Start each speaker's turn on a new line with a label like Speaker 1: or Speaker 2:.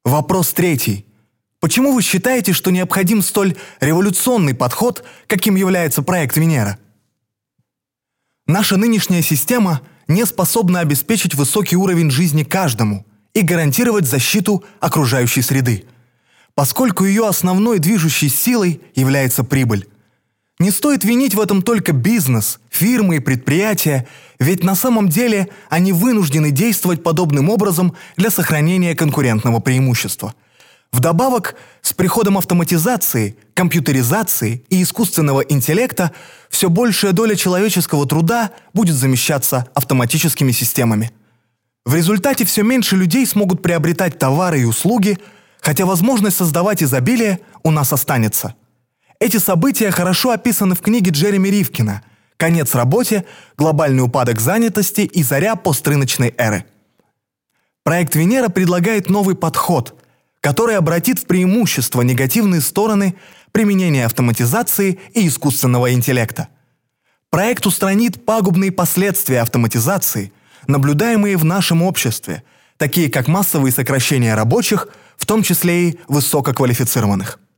Speaker 1: Вопрос третий. Почему вы считаете, что необходим столь революционный подход, каким является проект Венера? Наша нынешняя система не способна обеспечить высокий уровень жизни каждому и гарантировать защиту окружающей среды, поскольку ее основной движущей силой является прибыль. Не стоит винить в этом только бизнес, фирмы и предприятия, ведь на самом деле они вынуждены действовать подобным образом для сохранения конкурентного преимущества. Вдобавок, с приходом автоматизации, компьютеризации и искусственного интеллекта все большая доля человеческого труда будет замещаться автоматическими системами. В результате все меньше людей смогут приобретать товары и услуги, хотя возможность создавать изобилие у нас останется. Эти события хорошо описаны в книге Джереми Ривкина «Конец работе. Глобальный упадок занятости и заря пострыночной эры». Проект Венера предлагает новый подход, который обратит в преимущество негативные стороны применения автоматизации и искусственного интеллекта. Проект устранит пагубные последствия автоматизации, наблюдаемые в нашем обществе, такие как массовые сокращения рабочих, в том числе и высококвалифицированных.